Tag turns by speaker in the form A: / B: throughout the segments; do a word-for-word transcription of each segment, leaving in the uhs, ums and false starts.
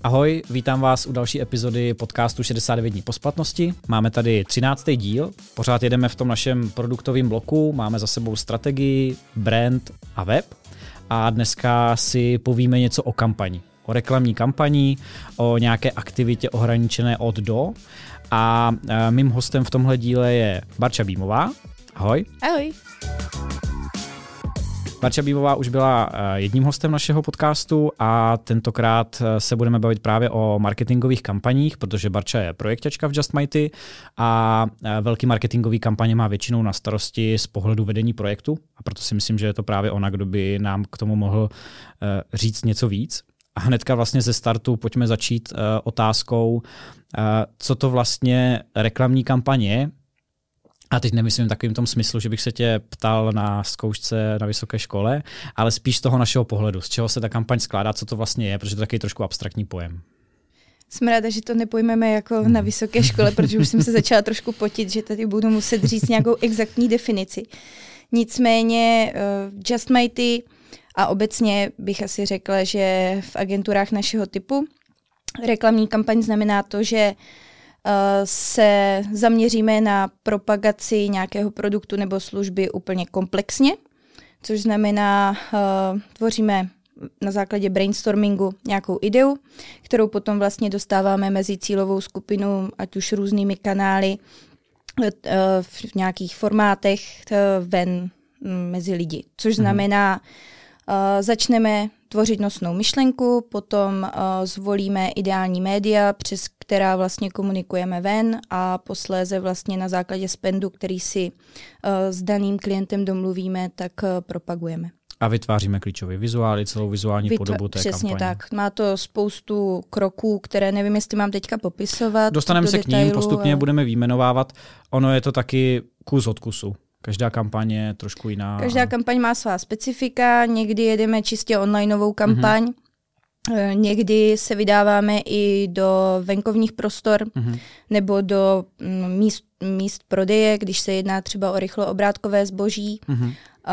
A: Ahoj, vítám vás u další epizody podcastu šedesát devět dní po splatnosti. Máme tady třináctý díl, pořád jedeme v tom našem produktovém bloku, máme za sebou strategii, brand a web a dneska si povíme něco o kampani, o reklamní kampani, o nějaké aktivitě ohraničené od do a mým hostem v tomhle díle je Barča Bímová. Ahoj.
B: Ahoj.
A: Barča Bímová už byla jedním hostem našeho podcastu a tentokrát se budeme bavit právě o marketingových kampaních, protože Barča je projekťačka v Just Mighty a velký marketingový kampaně má většinou na starosti z pohledu vedení projektu a proto si myslím, že je to právě ona, kdo by nám k tomu mohl říct něco víc. A hnedka vlastně ze startu pojďme začít otázkou, co to vlastně reklamní kampaň je. A teď nemyslím takovým tom smyslu, že bych se tě ptal na zkoušce na vysoké škole, ale spíš z toho našeho pohledu, z čeho se ta kampaň skládá, co to vlastně je, protože to je takový trošku abstraktní pojem.
B: Jsem ráda, že to nepojmeme jako na vysoké škole, protože už jsem se začala trošku potit, že tady budu muset říct nějakou exaktní definici. Nicméně uh, Just Mighty a obecně bych asi řekla, že v agenturách našeho typu reklamní kampaň znamená to, že se zaměříme na propagaci nějakého produktu nebo služby úplně komplexně, což znamená, uh, tvoříme na základě brainstormingu nějakou ideu, kterou potom vlastně dostáváme mezi cílovou skupinu, ať už různými kanály, uh, v nějakých formátech uh, ven um, mezi lidi. Což znamená, uh, začneme tvořit nosnou myšlenku, potom uh, zvolíme ideální média, přes která vlastně komunikujeme ven a posléze vlastně na základě spendu, který si uh, s daným klientem domluvíme, tak uh, propagujeme.
A: A vytváříme klíčové vizuály, celou vizuální Vytva- podobu té
B: přesně
A: kampaně. Přesně
B: tak. Má to spoustu kroků, které nevím, jestli mám teďka popisovat.
A: Dostaneme se
B: detailu,
A: k ním, postupně
B: ale...
A: budeme vyjmenovávat. Ono je to taky kus od kusu. Každá kampaň je trošku jiná.
B: Každá kampaň má svá specifika, někdy jedeme čistě onlineovou kampaň, mm-hmm. někdy se vydáváme i do venkovních prostor mm-hmm. nebo do míst, míst prodeje, když se jedná třeba o rychlooobrátkové zboží. Mm-hmm.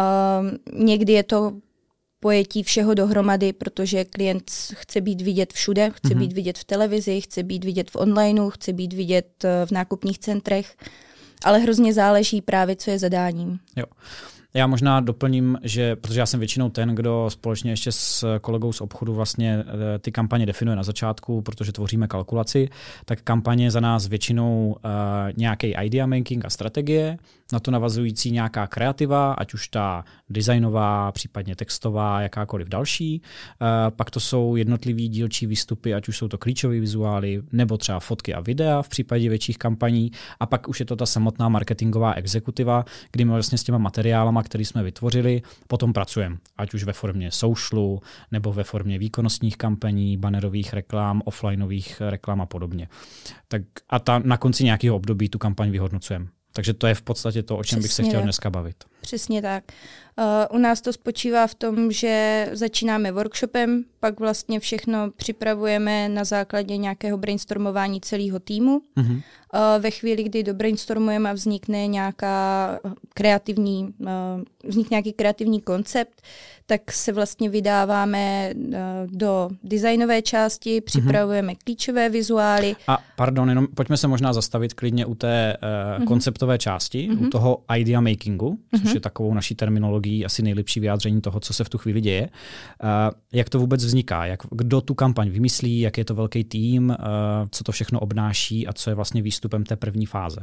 B: Uh, někdy je to pojetí všeho dohromady, protože klient chce být vidět všude, chce mm-hmm. být vidět v televizi, chce být vidět v onlineu, chce být vidět v nákupních centrech. Ale hrozně záleží právě, co je zadáním.
A: Jo. Já možná doplním, že protože já jsem většinou ten, kdo společně ještě s kolegou z obchodu vlastně ty kampaně definuje na začátku, protože tvoříme kalkulaci, tak kampaně za nás většinou uh, nějaký idea making a strategie, na to navazující nějaká kreativa, ať už ta designová, případně textová, jakákoliv další. Uh, pak to jsou jednotlivý dílčí výstupy, ať už jsou to klíčové vizuály, nebo třeba fotky a videa v případě větších kampaní. A pak už je to ta samotná marketingová exekutiva, kdy my vlastně s těma materiálama, který jsme vytvořili, potom pracujeme. Ať už ve formě socialu, nebo ve formě výkonnostních kampaní, bannerových reklam, offlineových reklam a podobně. Tak a ta, na konci nějakého období tu kampaň vyhodnocujeme. Takže to je v podstatě to, o čem
B: Přesně
A: bych se chtěl
B: tak.
A: dneska bavit.
B: Přesně tak. Uh, u nás to spočívá v tom, že začínáme workshopem, pak vlastně všechno připravujeme na základě nějakého brainstormování celého týmu. Mm-hmm. Uh, ve chvíli, kdy dobrainstormujeme a vznikne nějaká kreativní, uh, vznikne nějaký kreativní koncept, tak se vlastně vydáváme uh, do designové části, připravujeme mm-hmm. klíčové vizuály.
A: A pardon, jenom pojďme se možná zastavit klidně u té uh, mm-hmm. konceptové části, mm-hmm. u toho idea makingu, což mm-hmm. je takovou naší terminologií asi nejlepší vyjádření toho, co se v tu chvíli děje. Uh, jak to vůbec vzniká? Jak, kdo tu kampaň vymyslí? Jak je to velký tým? Uh, co to všechno obnáší? A co je vlastně výstupem té první fáze?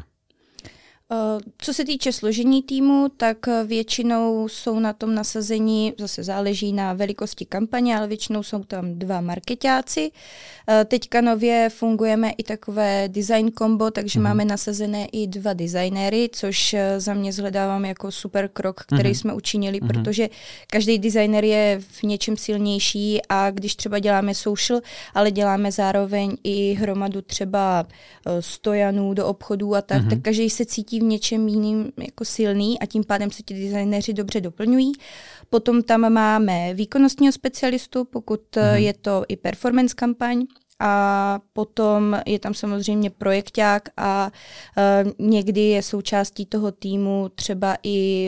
B: Co se týče složení týmu, tak většinou jsou na tom nasazení, zase záleží na velikosti kampaně, ale většinou jsou tam dva markeťáci. Teďka nově fungujeme i takové design combo, takže mm. máme nasazené i dva designéry, což za mě zhledávám jako super krok, který mm. jsme učinili, mm. protože každý designer je v něčem silnější a když třeba děláme social, ale děláme zároveň i hromadu třeba stojanů do obchodů a tak, mm. tak každý se cítí v něčem jiným jako silný a tím pádem se ti designéři dobře doplňují. Potom tam máme výkonnostního specialistu, pokud mm. je to i performance kampaň. A potom je tam samozřejmě projekťák a uh, někdy je součástí toho týmu třeba i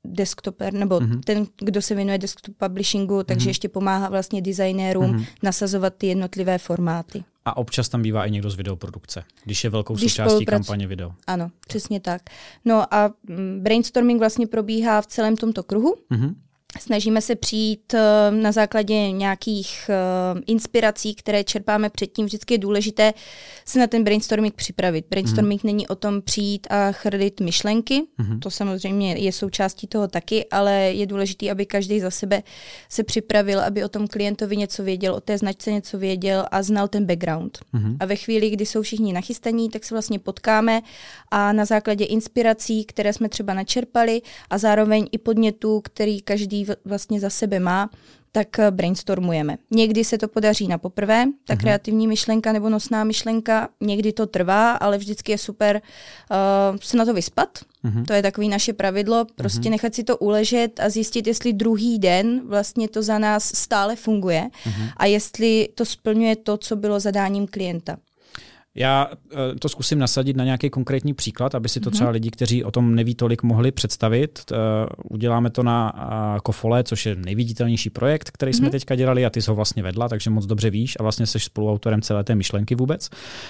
B: desktoper, nebo mm-hmm. ten, kdo se věnuje desktop publishingu, takže mm-hmm. ještě pomáhá vlastně designérům mm-hmm. nasazovat ty jednotlivé formáty.
A: A občas tam bývá i někdo z videoprodukce, když je velkou když součástí kampaně video.
B: Ano, přesně tak. No a brainstorming vlastně probíhá v celém tomto kruhu. Mm-hmm. Snažíme se přijít na základě nějakých inspirací, které čerpáme předtím. Vždycky je důležité se na ten brainstorming připravit. Brainstorming mm. není o tom přijít a chrlit myšlenky. Mm. To samozřejmě je součástí toho taky, ale je důležité, aby každý za sebe se připravil, aby o tom klientovi něco věděl, o té značce něco věděl a znal ten background. Mm. A ve chvíli, kdy jsou všichni nachystaní, tak se vlastně potkáme a na základě inspirací, které jsme třeba načerpali a zároveň i podnětů, který každý vlastně za sebe má, tak brainstormujeme. Někdy se to podaří na poprvé, ta uh-huh. kreativní myšlenka nebo nosná myšlenka, někdy to trvá, ale vždycky je super uh, se na to vyspat. Uh-huh. To je takový naše pravidlo, prostě uh-huh. nechat si to uležet a zjistit, jestli druhý den vlastně to za nás stále funguje uh-huh. a jestli to splňuje to, co bylo zadáním klienta.
A: Já to zkusím nasadit na nějaký konkrétní příklad, aby si to třeba lidi, kteří o tom neví tolik, mohli představit. Uděláme to na Kofole, což je nejviditelnější projekt, který jsme mm-hmm. teďka dělali a ty jsi ho vlastně vedla, takže moc dobře víš a vlastně jsi spoluautorem celé té myšlenky vůbec.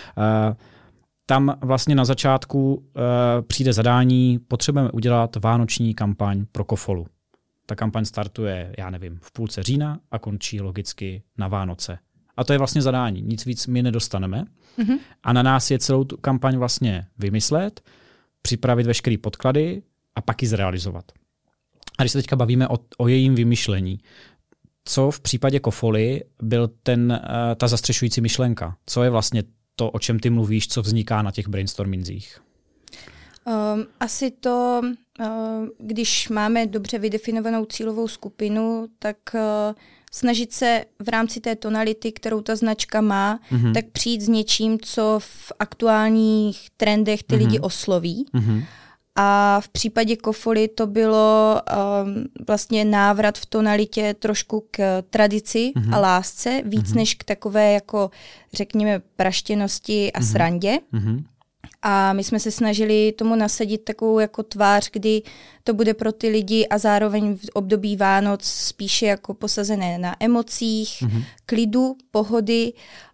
A: Tam vlastně na začátku přijde zadání, potřebujeme udělat vánoční kampaň pro Kofolu. Ta kampaň startuje, já nevím, v půlce října a končí logicky na Vánoce. A to je vlastně zadání. Nic víc my nedostaneme. Mm-hmm. A na nás je celou tu kampaň vlastně vymyslet, připravit veškeré podklady a pak ji zrealizovat. A když se teďka bavíme o, o jejím vymyšlení, co v případě Kofoly byl ten, ta zastřešující myšlenka? Co je vlastně to, o čem ty mluvíš, co vzniká na těch brainstormingzích?
B: Um, asi to, uh, když máme dobře vydefinovanou cílovou skupinu, tak uh, snažit se v rámci té tonality, kterou ta značka má, mm-hmm. tak přijít s něčím, co v aktuálních trendech ty mm-hmm. lidi osloví. Mm-hmm. A v případě Kofoly to bylo um, vlastně návrat v tonalitě trošku k tradici mm-hmm. a lásce, víc mm-hmm. než k takové jako, řekněme, praštěnosti a mm-hmm. srandě. Mm-hmm. A my jsme se snažili tomu nasadit takovou jako tvář, kdy to bude pro ty lidi a zároveň v období Vánoc spíše jako posazené na emocích, mm-hmm. klidu, pohody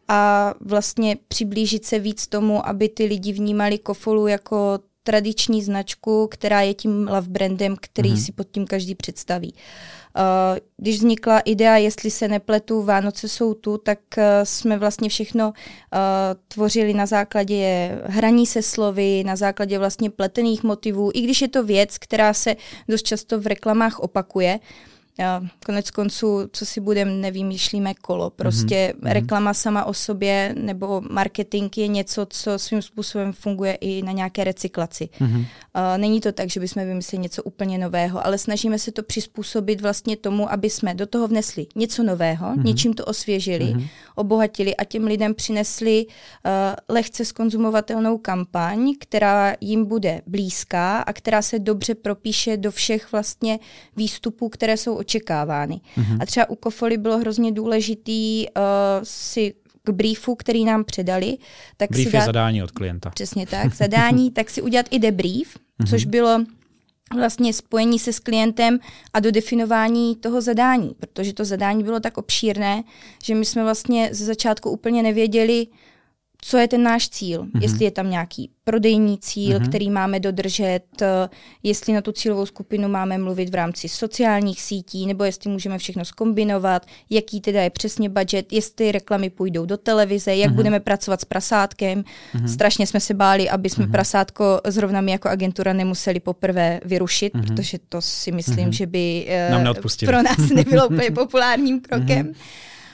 B: a vlastně přiblížit se víc tomu, aby ty lidi vnímali Kofolu jako tradiční značku, která je tím love brandem, který mm-hmm. si pod tím každý představí. Uh, když vznikla idea, jestli se nepletu, Vánoce jsou tu, tak uh, jsme vlastně všechno uh, tvořili na základě hraní se slovy, na základě vlastně pletených motivů, i když je to věc, která se dost často v reklamách opakuje. Uh, konec konců, co si budem, nevymýšlíme kolo. Prostě mm-hmm. reklama sama o sobě nebo marketing je něco, co svým způsobem funguje i na nějaké recyklaci. Mm-hmm. Uh, není to tak, že bychom vymysleli něco úplně nového, ale snažíme se to přizpůsobit vlastně tomu, aby jsme do toho vnesli něco nového, mm-hmm. něčím to osvěžili, mm-hmm. obohatili a těm lidem přinesli uh, lehce zkonzumovatelnou kampaň, která jim bude blízká a která se dobře propíše do všech vlastně výstupů, které jsou očekávány. Mm-hmm. A třeba u Kofoly bylo hrozně důležitý uh, si k briefu, který nám předali. Tak
A: brief
B: si dát,
A: je zadání od klienta.
B: Přesně tak, zadání, tak si udělat i debrief, mm-hmm. což bylo vlastně spojení se s klientem a do definování toho zadání, protože to zadání bylo tak obšírné, že my jsme vlastně ze začátku úplně nevěděli, co je ten náš cíl, mm-hmm. jestli je tam nějaký prodejní cíl, mm-hmm. který máme dodržet, jestli na tu cílovou skupinu máme mluvit v rámci sociálních sítí, nebo jestli můžeme všechno zkombinovat, jaký teda je přesně budget, jestli reklamy půjdou do televize, jak mm-hmm. budeme pracovat s prasátkem. Mm-hmm. Strašně jsme se báli, aby jsme mm-hmm. prasátko zrovna my jako agentura nemuseli poprvé vyrušit, mm-hmm. protože to si myslím, mm-hmm. že by uh, pro nás nebylo úplně populárním krokem. Mm-hmm.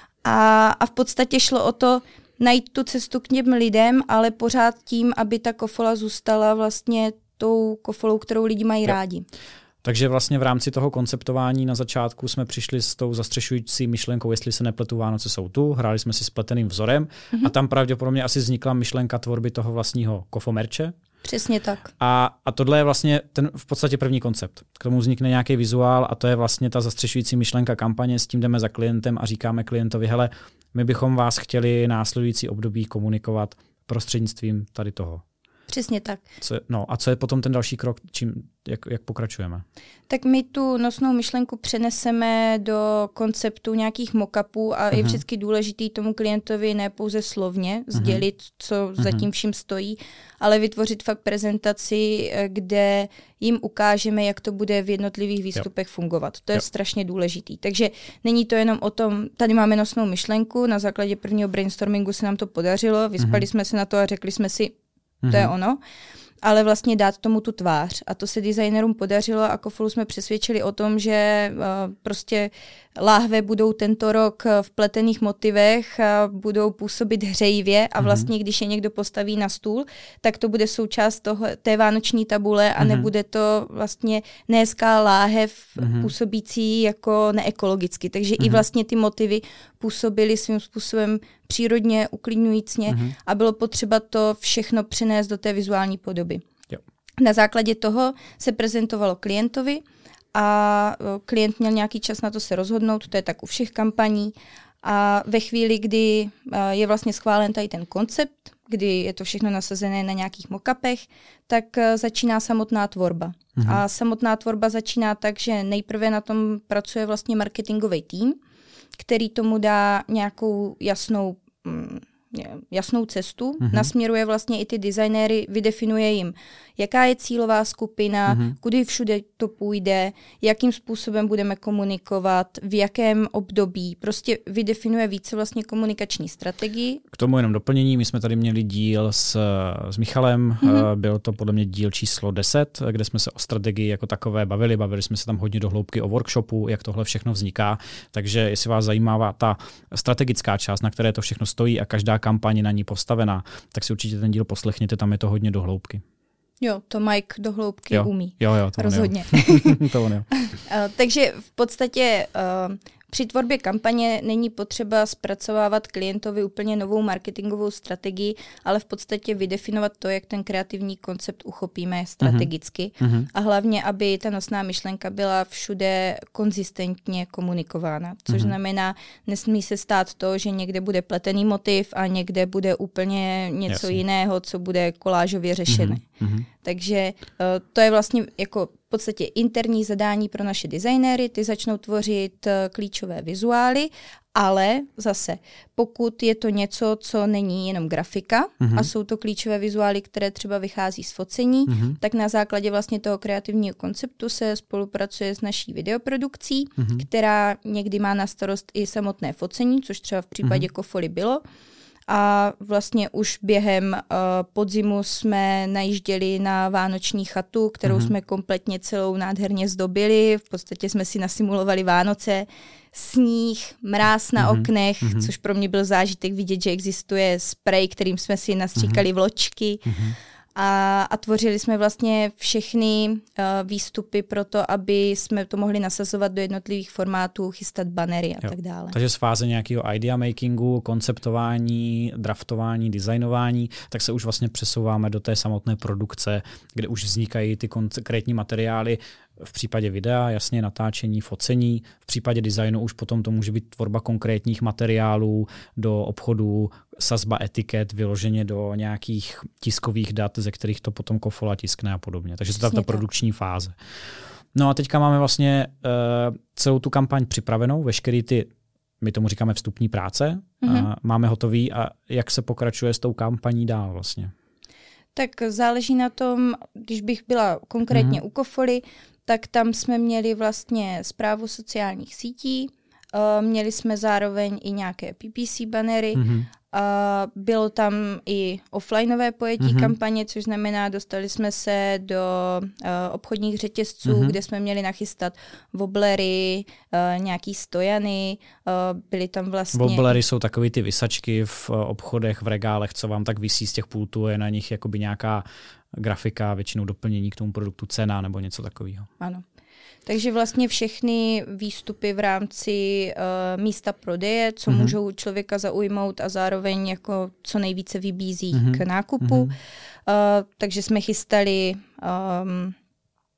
B: A, a v podstatě šlo o to, najít tu cestu k těm lidem, ale pořád tím, aby ta Kofola zůstala vlastně tou Kofolou, kterou lidi mají jo. rádi.
A: Takže vlastně v rámci toho konceptování na začátku jsme přišli s tou zastřešující myšlenkou, jestli se nepletu, Vánoce jsou tu, hráli jsme si s pleteným vzorem mm-hmm. a tam pravděpodobně asi vznikla myšlenka tvorby toho vlastního kofomerče.
B: Přesně tak.
A: A, a tohle je vlastně ten v podstatě první koncept. K tomu vznikne nějaký vizuál a to je vlastně ta zastřešující myšlenka kampaně, s tím jdeme za klientem a říkáme klientovi, hele, my bychom vás chtěli následující období komunikovat prostřednictvím tady toho.
B: Přesně tak.
A: Co je, no a co je potom ten další krok, čím, jak, jak pokračujeme?
B: Tak my tu nosnou myšlenku přeneseme do konceptu nějakých mock-upů a uh-huh. je vždycky důležitý tomu klientovi ne pouze slovně sdělit, uh-huh. co uh-huh. za tím vším stojí, ale vytvořit fakt prezentaci, kde jim ukážeme, jak to bude v jednotlivých výstupech jo. fungovat. To je jo. strašně důležitý. Takže není to jenom o tom, tady máme nosnou myšlenku, na základě prvního brainstormingu se nám to podařilo, vyspali uh-huh. jsme se na to a řekli jsme si, to je ono, ale vlastně dát tomu tu tvář. A to se designerům podařilo a Kofolu jsme přesvědčili o tom, že uh, prostě láhve budou tento rok v pletených motivech a budou působit hřejivě a vlastně, když je někdo postaví na stůl, tak to bude součást toho, té vánoční tabule a nebude to vlastně nehezká láhev působící jako neekologicky. Takže i vlastně ty motivy působily svým způsobem přírodně, uklidňujícně a bylo potřeba to všechno přenést do té vizuální podoby. Jo. Na základě toho se prezentovalo klientovi a klient měl nějaký čas na to se rozhodnout, to je tak u všech kampaní. A ve chvíli, kdy je vlastně schválen tady ten koncept, kdy je to všechno nasazené na nějakých mockupech, tak začíná samotná tvorba. Mhm. A samotná tvorba začíná tak, že nejprve na tom pracuje vlastně marketingový tým, který tomu dá nějakou jasnou jasnou cestu, mm-hmm. nasměruje vlastně i ty designéry, vydefinuje jim, jaká je cílová skupina, mm-hmm. kudy všude to půjde, jakým způsobem budeme komunikovat, v jakém období. Prostě vydefinuje více vlastně komunikační strategii.
A: K tomu jenom doplnění, my jsme tady měli díl s, s Michalem, mm-hmm. byl to podle mě díl číslo deset, kde jsme se o strategii jako takové bavili, bavili jsme se tam hodně do hloubky o workshopu, jak tohle všechno vzniká, takže jestli vás zajímá ta strategická část, na které to všechno stojí a každá kampaň na ní postavená, tak si určitě ten díl poslechněte, tam je to hodně do hloubky.
B: Jo, to Mike do hloubky jo. umí.
A: Jo, jo, to
B: rozhodně.
A: to on jo.
B: Takže v podstatě uh, při tvorbě kampaně není potřeba zpracovávat klientovi úplně novou marketingovou strategii, ale v podstatě vydefinovat to, jak ten kreativní koncept uchopíme strategicky. Uh-huh. A hlavně, aby ta nosná myšlenka byla všude konzistentně komunikována. Což uh-huh. znamená, nesmí se stát to, že někde bude pletený motiv a někde bude úplně něco Jasně. jiného, co bude kolážově řešené. Uh-huh. Takže uh, to je vlastně jako v podstatě interní zadání pro naše designéry, ty začnou tvořit uh, klíčové vizuály, ale zase, pokud je to něco, co není jenom grafika uh-huh. a jsou to klíčové vizuály, které třeba vychází z focení, uh-huh. tak na základě vlastně toho kreativního konceptu se spolupracuje s naší videoprodukcí, uh-huh. která někdy má na starost i samotné focení, což třeba v případě uh-huh. Kofoly bylo. A vlastně už během uh, podzimu jsme najížděli na vánoční chatu, kterou mm-hmm. jsme kompletně celou nádherně zdobili. V podstatě jsme si nasimulovali Vánoce, sníh, mráz na mm-hmm. oknech, mm-hmm. což pro mě byl zážitek vidět, že existuje sprej, kterým jsme si nastříkali mm-hmm. vločky. Mm-hmm. A, a tvořili jsme vlastně všechny uh, výstupy pro to, aby jsme to mohli nasazovat do jednotlivých formátů, chystat banery a jo. tak dále. Takže
A: z fáze nějakého idea makingu, konceptování, draftování, designování, tak se už vlastně přesouváme do té samotné produkce, kde už vznikají ty konkrétní materiály. V případě videa, jasně natáčení, focení. V případě designu už potom to může být tvorba konkrétních materiálů do obchodů, sazba etiket, vyloženě do nějakých tiskových dat, ze kterých to potom Kofola tiskne a podobně. Takže to je ta produkční fáze. No a teďka máme vlastně uh, celou tu kampaň připravenou, veškerý ty, my tomu říkáme vstupní práce, mm-hmm. uh, máme hotový a jak se pokračuje s tou kampaní dál vlastně?
B: Tak záleží na tom, když bych byla konkrétně mm-hmm. u Kofoly, tak tam jsme měli vlastně správu sociálních sítí, uh, měli jsme zároveň i nějaké P P C banery, mm-hmm. uh, bylo tam i offlineové pojetí mm-hmm. kampaně, což znamená, dostali jsme se do uh, obchodních řetězců, mm-hmm. kde jsme měli nachystat woblery, uh, nějaký stojany, uh, byly tam vlastně...
A: Woblery jsou takové ty visačky v obchodech, v regálech, co vám tak visí z těch pultů, je na nich jakoby nějaká grafika, většinou doplnění k tomu produktu, cena nebo něco takového.
B: Ano. Takže vlastně všechny výstupy v rámci uh, místa prodeje, co mm-hmm. můžou člověka zaujmout a zároveň jako co nejvíce vybízí mm-hmm. k nákupu. Mm-hmm. Uh, takže jsme chystali um,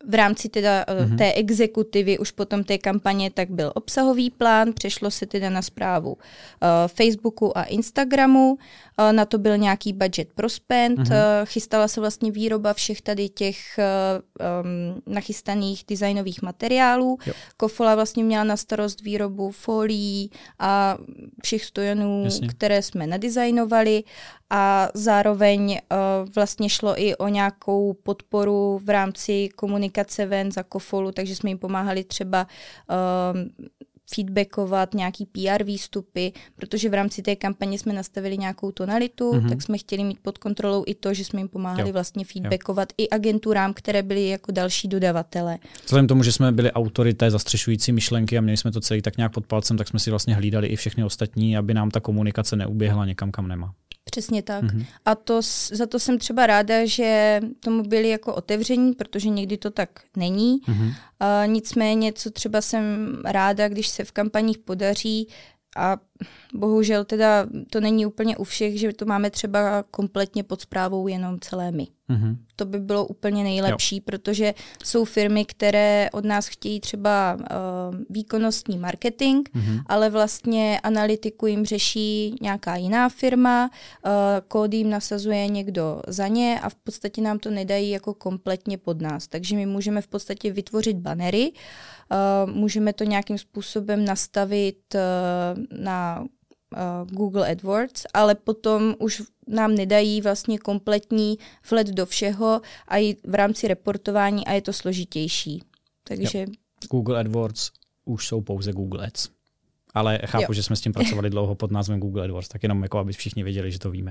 B: v rámci teda mm-hmm. té exekutivy už potom té kampaně tak byl obsahový plán, přešlo se teda na správu uh, Facebooku a Instagramu, uh, na to byl nějaký budget pro spend, mm-hmm. uh, chystala se vlastně výroba všech tady těch uh, um, nachystaných designových materiálů. Jo. Kofola vlastně měla na starost výrobu folií a všech stojanů, Jasně. které jsme nadizajnovali a zároveň uh, vlastně šlo i o nějakou podporu v rámci komunikace ven za Kofolu, takže jsme jim pomáhali třeba uh, feedbackovat nějaký P R výstupy, protože v rámci té kampaně jsme nastavili nějakou tonalitu, mm-hmm. tak jsme chtěli mít pod kontrolou i to, že jsme jim pomáhali jo. vlastně feedbackovat jo. i agenturám, které byly jako další dodavatele.
A: Vzhledem tomu, že jsme byli autory té zastřešující myšlenky a měli jsme to celý tak nějak pod palcem, tak jsme si vlastně hlídali i všechny ostatní, aby nám ta komunikace neuběhla někam, kam nemá.
B: Přesně tak. Mm-hmm. A to, za to jsem třeba ráda, že tomu byli jako otevření, protože někdy to tak není. Mm-hmm. Uh, nicméně, co třeba jsem ráda, když se v kampaních podaří, a bohužel teda to není úplně u všech, že to máme třeba kompletně pod správou jenom celé my. Mm-hmm. To by bylo úplně nejlepší, jo. protože jsou firmy, které od nás chtějí třeba uh, výkonnostní marketing, mm-hmm. ale vlastně analytiku jim řeší nějaká jiná firma, uh, kódy jim nasazuje někdo za ně a v podstatě nám to nedají jako kompletně pod nás. Takže my můžeme v podstatě vytvořit banery, uh, můžeme to nějakým způsobem nastavit uh, na uh, Google AdWords, ale potom už nám nedají vlastně kompletní vhled do všeho a i v rámci reportování a je to složitější. Takže jo.
A: Google AdWords už jsou pouze Google Ads. Ale chápu, jo. že jsme s tím pracovali dlouho pod názvem Google AdWords, tak jenom jako aby všichni věděli, že to víme.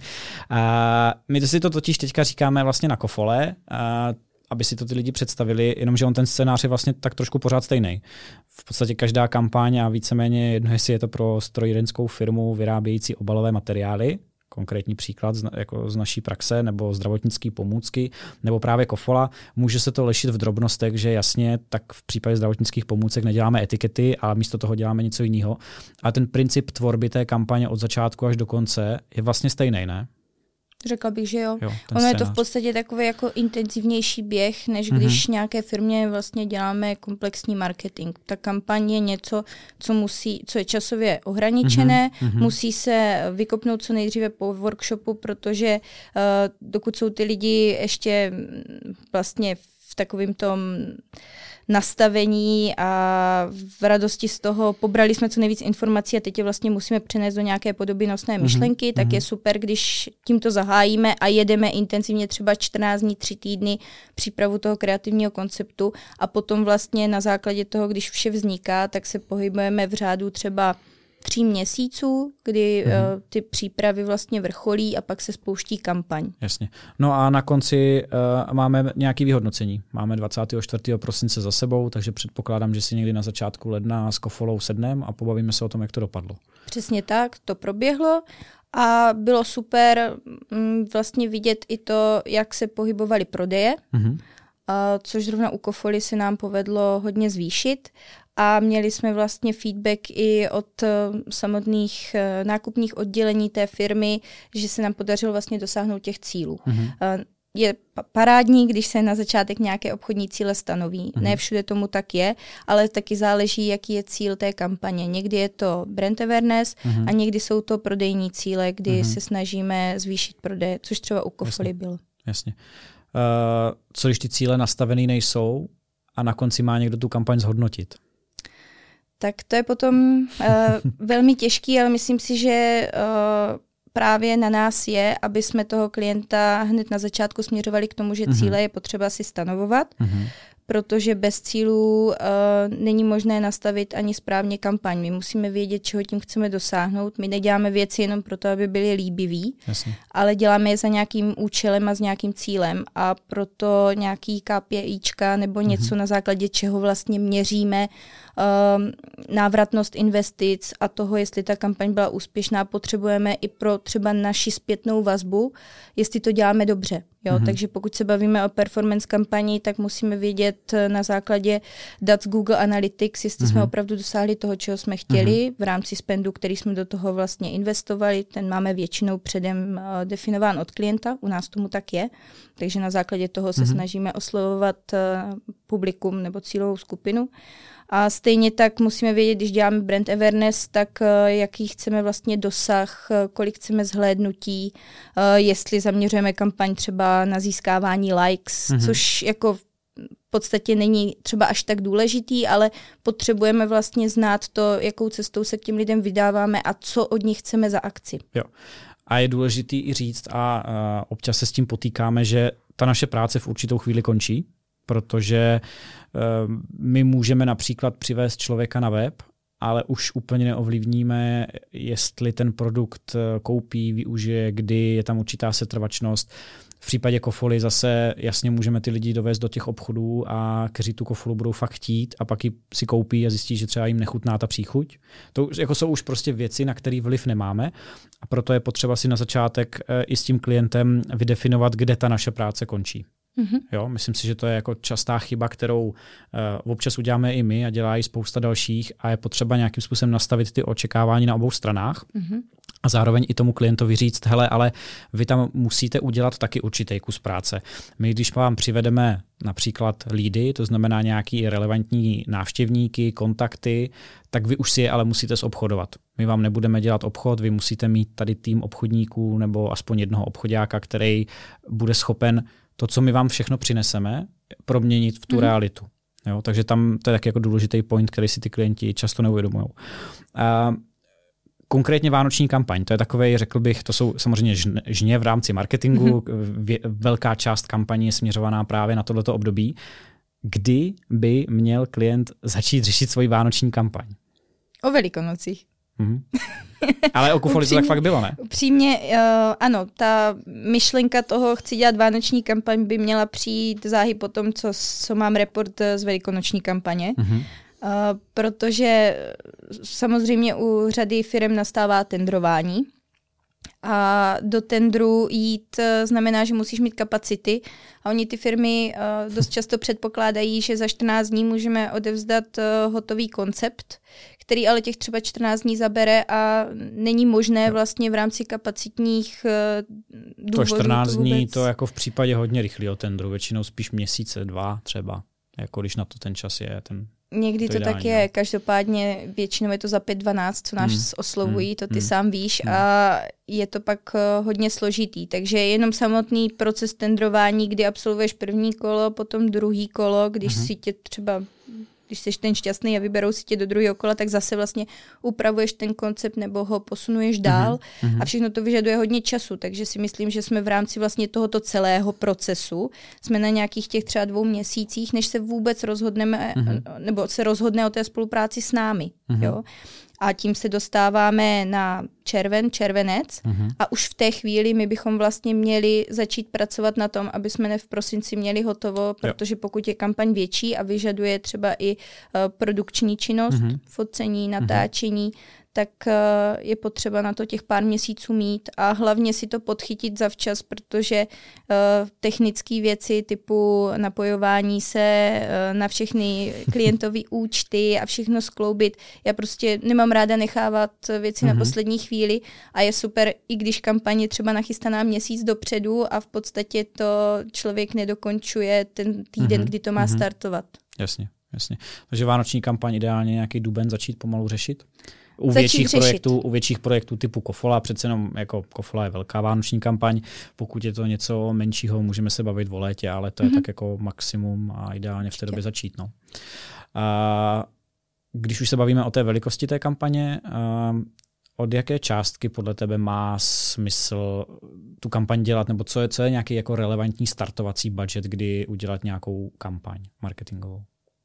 A: a my si to totiž teďka říkáme vlastně na Kofole, a aby si to ty lidi představili, jenomže on ten scénář je vlastně tak trošku pořád stejný. V podstatě každá kampaň a víceméně jedno, jestli je to pro strojírenskou firmu vyrábějící obalové materiály, konkrétní příklad z, jako z naší praxe, nebo zdravotnické pomůcky, nebo právě Kofola, může se to lišit v drobnostech, že jasně, tak v případě zdravotnických pomůcek neděláme etikety, ale místo toho děláme něco jiného. A ten princip tvorby té kampaně od začátku až do konce je vlastně stejný, ne?
B: Řekla bych, že jo. jo ono
A: scénář.
B: Je to v podstatě takový jako intenzivnější běh, než když mm-hmm. nějaké firmě vlastně děláme komplexní marketing. Ta kampaň je něco, co musí, co je časově ohraničené, mm-hmm. musí se vykopnout co nejdříve po workshopu, protože uh, dokud jsou ty lidi ještě vlastně v takovém tom nastavení a v radosti z toho pobrali jsme co nejvíc informací a teď je vlastně musíme přenést do nějaké podoby nosné myšlenky, mm-hmm. tak je super, když tímto zahájíme a jedeme intenzivně třeba čtrnáct dní, tři týdny přípravu toho kreativního konceptu a potom vlastně na základě toho, když vše vzniká, tak se pohybujeme v řádu třeba tří měsíců, kdy mm-hmm. uh, ty přípravy vlastně vrcholí a pak se spouští kampaň.
A: Jasně. No a na konci uh, máme nějaké vyhodnocení. Máme dvacátého čtvrtého prosince za sebou, takže předpokládám, že si někdy na začátku ledna s Kofolou sedneme a pobavíme se o tom, jak to dopadlo.
B: Přesně tak, to proběhlo a bylo super m, vlastně vidět i to, jak se pohybovaly prodeje, mm-hmm. uh, což zrovna u Kofoly se nám povedlo hodně zvýšit. A měli jsme vlastně feedback i od uh, samotných uh, nákupních oddělení té firmy, že se nám podařilo vlastně dosáhnout těch cílů. Mm-hmm. Uh, je parádní, když se na začátek nějaké obchodní cíle stanoví. Mm-hmm. Ne všude tomu tak je, ale taky záleží, jaký je cíl té kampaně. Někdy je to brand awareness mm-hmm. a někdy jsou to prodejní cíle, kdy mm-hmm. se snažíme zvýšit prodeje, což třeba u Kofoly bylo.
A: Jasně. Uh, co když ty cíle nastavené nejsou a na konci má někdo tu kampaň zhodnotit?
B: Tak to je potom uh, velmi těžký, ale myslím si, že uh, právě na nás je, aby jsme toho klienta hned na začátku směřovali k tomu, že mm-hmm. cíle je potřeba si stanovovat, mm-hmm. protože bez cílů uh, není možné nastavit ani správně kampaň. My musíme vědět, čeho tím chceme dosáhnout. My neděláme věci jenom proto, aby byly líbiví, Jasně. ale děláme je za nějakým účelem a s nějakým cílem a proto nějaký KPIčka nebo něco, mm-hmm. na základě čeho vlastně měříme um, návratnost investic a toho, jestli ta kampaň byla úspěšná, potřebujeme i pro třeba naši zpětnou vazbu, jestli to děláme dobře. Jo? Mm-hmm. Takže pokud se bavíme o performance kampani, tak musíme vědět na základě dat z Google Analytics, jestli mm-hmm. jsme opravdu dosáhli toho, čeho jsme chtěli mm-hmm. v rámci spendu, který jsme do toho vlastně investovali. Ten máme většinou předem uh, definován od klienta, u nás tomu tak je. Takže na základě toho se mm-hmm. snažíme oslovovat uh, publikum nebo cílovou skupinu. A stejně tak musíme vědět, když děláme brand awareness, tak uh, jaký chceme vlastně dosah, uh, kolik chceme zhlédnutí, uh, jestli zaměřujeme kampaň třeba na získávání likes, mm-hmm. což jako v podstatě není třeba až tak důležitý, ale potřebujeme vlastně znát to, jakou cestou se k těm lidem vydáváme a co od nich chceme za akci.
A: Jo. A je důležitý i říct, a uh, občas se s tím potýkáme, že ta naše práce v určitou chvíli končí, protože uh, my můžeme například přivést člověka na web, ale už úplně neovlivníme, jestli ten produkt koupí, využije, kdy je tam určitá setrvačnost. V případě Kofoly zase jasně můžeme ty lidi dovést do těch obchodů, a kteří tu Kofolu budou fakt chtít a pak ji si koupí a zjistí, že třeba jim nechutná ta příchuť. To jako jsou už prostě věci, na které vliv nemáme, a proto je potřeba si na začátek i s tím klientem vydefinovat, kde ta naše práce končí. Mm-hmm. Jo, myslím si, že to je jako častá chyba, kterou uh, občas uděláme i my a dělá i spousta dalších, a je potřeba nějakým způsobem nastavit ty očekávání na obou stranách. Mm-hmm. A zároveň i tomu klientovi říct, hele, ale vy tam musíte udělat taky určitý kus práce. My, když vám přivedeme například lídy, to znamená nějaký relevantní návštěvníky, kontakty, tak vy už si je ale musíte zobchodovat. My vám nebudeme dělat obchod, vy musíte mít tady tým obchodníků nebo aspoň jednoho obchodáka, který bude schopen to, co my vám všechno přineseme, proměnit v tu mm. realitu. Jo, takže tam to je taky jako důležitý point, který si ty klienti často neuvědomují. Uh, Konkrétně vánoční kampaň, to je takovej, řekl bych, to jsou samozřejmě žně v rámci marketingu, mm-hmm. velká část kampaní je směřovaná právě na tohleto období. Kdy by měl klient začít řešit svoji vánoční kampaň?
B: O Velikonocích.
A: Mm-hmm. Ale o Kofoli to tak fakt bylo, ne?
B: Upřímně, uh, ano, ta myšlenka toho, chci dělat vánoční kampaň, by měla přijít záhy po tom, co, co mám report z velikonoční kampaně. Mm-hmm. Uh, protože samozřejmě u řady firm nastává tendrování a do tendru jít znamená, že musíš mít kapacity, a oni ty firmy uh, dost často předpokládají, že za čtrnáct dní můžeme odevzdat uh, hotový koncept, který ale těch třeba čtrnáct dní zabere a není možné vlastně v rámci kapacitních uh, důvodů.
A: To čtrnáct dní to jako v případě hodně rychlého tendru, většinou spíš měsíce, dva třeba, jako když na to ten čas je ten.
B: Někdy to, to tak je, každopádně většinou je to za pět dvanáct, co nás hmm. oslovují, to ty hmm. sám víš, hmm. a je to pak hodně složitý. Takže jenom samotný proces tendrování, kdy absolvuješ první kolo, potom druhý kolo, když hmm. si tě třeba, když jsi ten šťastný a vyberou si tě do druhého kola, tak zase vlastně upravuješ ten koncept nebo ho posunuješ dál mm-hmm. a všechno to vyžaduje hodně času, takže si myslím, že jsme v rámci vlastně tohoto celého procesu, jsme na nějakých těch třeba dvou měsících, než se vůbec rozhodneme, mm-hmm. nebo se rozhodne o té spolupráci s námi. Mm-hmm. Jo? A tím se dostáváme na červen, červenec uh-huh. a už v té chvíli my bychom vlastně měli začít pracovat na tom, aby jsme ne v prosinci měli hotovo, protože pokud je kampaň větší a vyžaduje třeba i uh, produkční činnost, uh-huh. focení, natáčení, uh-huh. tak uh, je potřeba na to těch pár měsíců mít a hlavně si to podchytit zavčas, protože uh, technické věci typu napojování se uh, na všechny klientové účty a všechno skloubit. Já prostě nemám ráda nechávat věci mm-hmm. na poslední chvíli a je super, i když kampaň je třeba nachystaná měsíc dopředu a v podstatě to člověk nedokončuje ten týden, mm-hmm. kdy to má mm-hmm. startovat.
A: Jasně, jasně. Takže vánoční kampaň ideálně nějaký duben začít pomalu řešit? U větších, projektů, u větších projektů typu Kofola, přece jenom jako Kofola je velká vánoční kampaň, pokud je to něco menšího, můžeme se bavit o létě, ale to je mm-hmm. tak jako maximum a ideálně v té době začít. No. A když už se bavíme o té velikosti té kampaně, od jaké částky podle tebe má smysl tu kampaň dělat, nebo co je, co je nějaký jako relevantní startovací budget, kdy udělat nějakou kampaň marketingovou?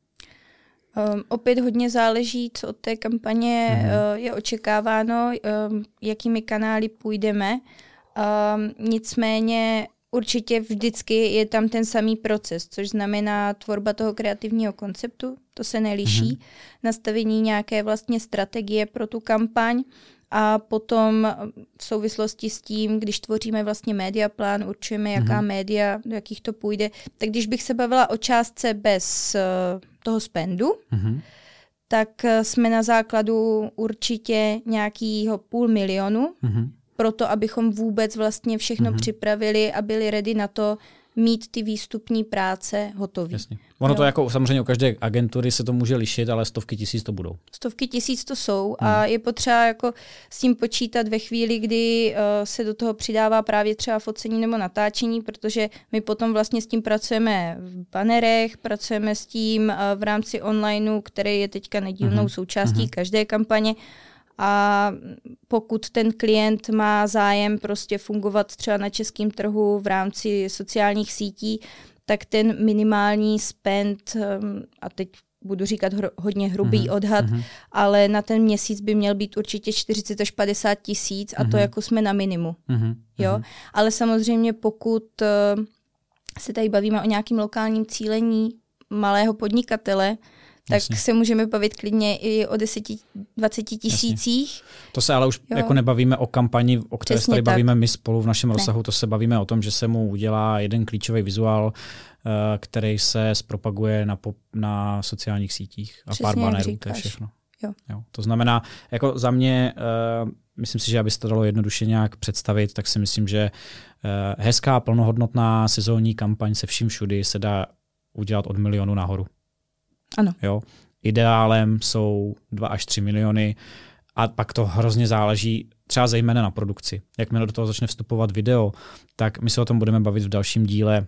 B: Um, opět hodně záleží, co od té kampaně mm-hmm. uh, je očekáváno, um, jakými kanály půjdeme. Um, nicméně určitě vždycky je tam ten samý proces, což znamená tvorba toho kreativního konceptu, to se neliší, mm-hmm. nastavení nějaké vlastně strategie pro tu kampaň A potom v souvislosti s tím, když tvoříme vlastně mediaplán, určujeme, jaká mm-hmm. média, do jakých to půjde, tak když bych se bavila o částce bez uh, toho spendu, mm-hmm. tak jsme na základu určitě nějakýho půl milionu, mm-hmm. proto abychom vůbec vlastně všechno mm-hmm. připravili a byli ready na to, mít ty výstupní práce hotový.
A: Jasně. Ono jo. To jako samozřejmě u každé agentury se to může lišit, ale stovky tisíc to budou.
B: Stovky tisíc to jsou hmm. a je potřeba jako s tím počítat ve chvíli, kdy uh, se do toho přidává právě třeba focení nebo natáčení, protože my potom vlastně s tím pracujeme v banerech, pracujeme s tím uh, v rámci onlineu, který je teďka nedílnou hmm. součástí hmm. každé kampaně. A pokud ten klient má zájem prostě fungovat třeba na českém trhu v rámci sociálních sítí, tak ten minimální spend, a teď budu říkat hro, hodně hrubý mm-hmm. odhad, mm-hmm. ale na ten měsíc by měl být určitě čtyřicet až padesát tisíc a mm-hmm. to jako jsme na minimu. Mm-hmm. Jo? Ale samozřejmě pokud uh, se tady bavíme o nějakým lokálním cílení malého podnikatele, tak Jasně. se můžeme bavit klidně i o deseti, dvaceti tisících.
A: To se ale už jo. jako nebavíme o kampani, o které se tady tak. bavíme my spolu v našem ne. rozsahu, to se bavíme o tom, že se mu udělá jeden klíčový vizuál, který se zpropaguje na, pop, na sociálních sítích a Přesně pár bannerů, to je všechno. Jo. Jo. To znamená, jako za mě, uh, myslím si, že aby se to dalo jednoduše nějak představit, tak si myslím, že uh, hezká, plnohodnotná sezónní kampaň se vším všudy se dá udělat od milionu nahoru.
B: Ano.
A: Jo. Ideálem jsou dva až tři miliony a pak to hrozně záleží třeba zejména na produkci. Jakmile do toho začne vstupovat video, tak my se o tom budeme bavit v dalším díle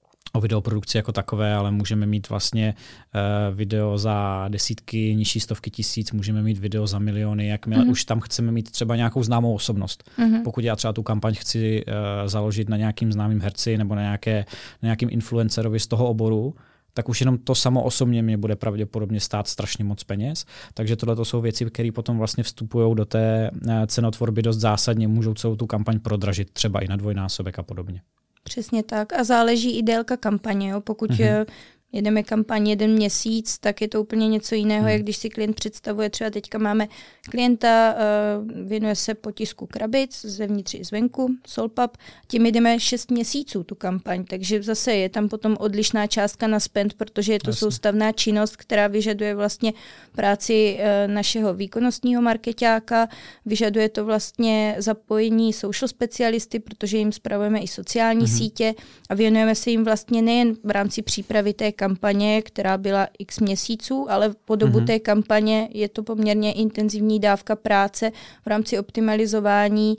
A: o videoprodukci jako takové, ale můžeme mít vlastně uh, video za desítky, nižší stovky tisíc, můžeme mít video za miliony, jakmile mm-hmm. už tam chceme mít třeba nějakou známou osobnost. Mm-hmm. Pokud já třeba tu kampaň chci uh, založit na nějakým známým herci nebo na, nějaké, na nějakým influencerovi z toho oboru, tak už jenom to samo osobně mě bude pravděpodobně stát strašně moc peněz. Takže tohle to jsou věci, které potom vlastně vstupují do té cenotvorby dost zásadně, můžou celou tu kampaň prodražit třeba i na dvojnásobek a podobně.
B: Přesně tak. A záleží i délka kampaně. Jo? Pokud mm-hmm. jedeme kampaň jeden měsíc, tak je to úplně něco jiného, hmm. jak když si klient představuje. Třeba teďka máme klienta, uh, věnuje se potisku krabic zevnitř i zvenku, Solpap. Tím jdeme šest měsíců tu kampaň, takže zase je tam potom odlišná částka na spend, protože je to Jasně. soustavná činnost, která vyžaduje vlastně práci uh, našeho výkonnostního markeťáka, vyžaduje to vlastně zapojení social specialisty, protože jim spravujeme i sociální hmm. sítě a věnujeme se jim vlastně nejen v rámci přípravy té kampaně, která byla x měsíců, ale po dobu mm-hmm. té kampaně je to poměrně intenzivní dávka práce v rámci optimalizování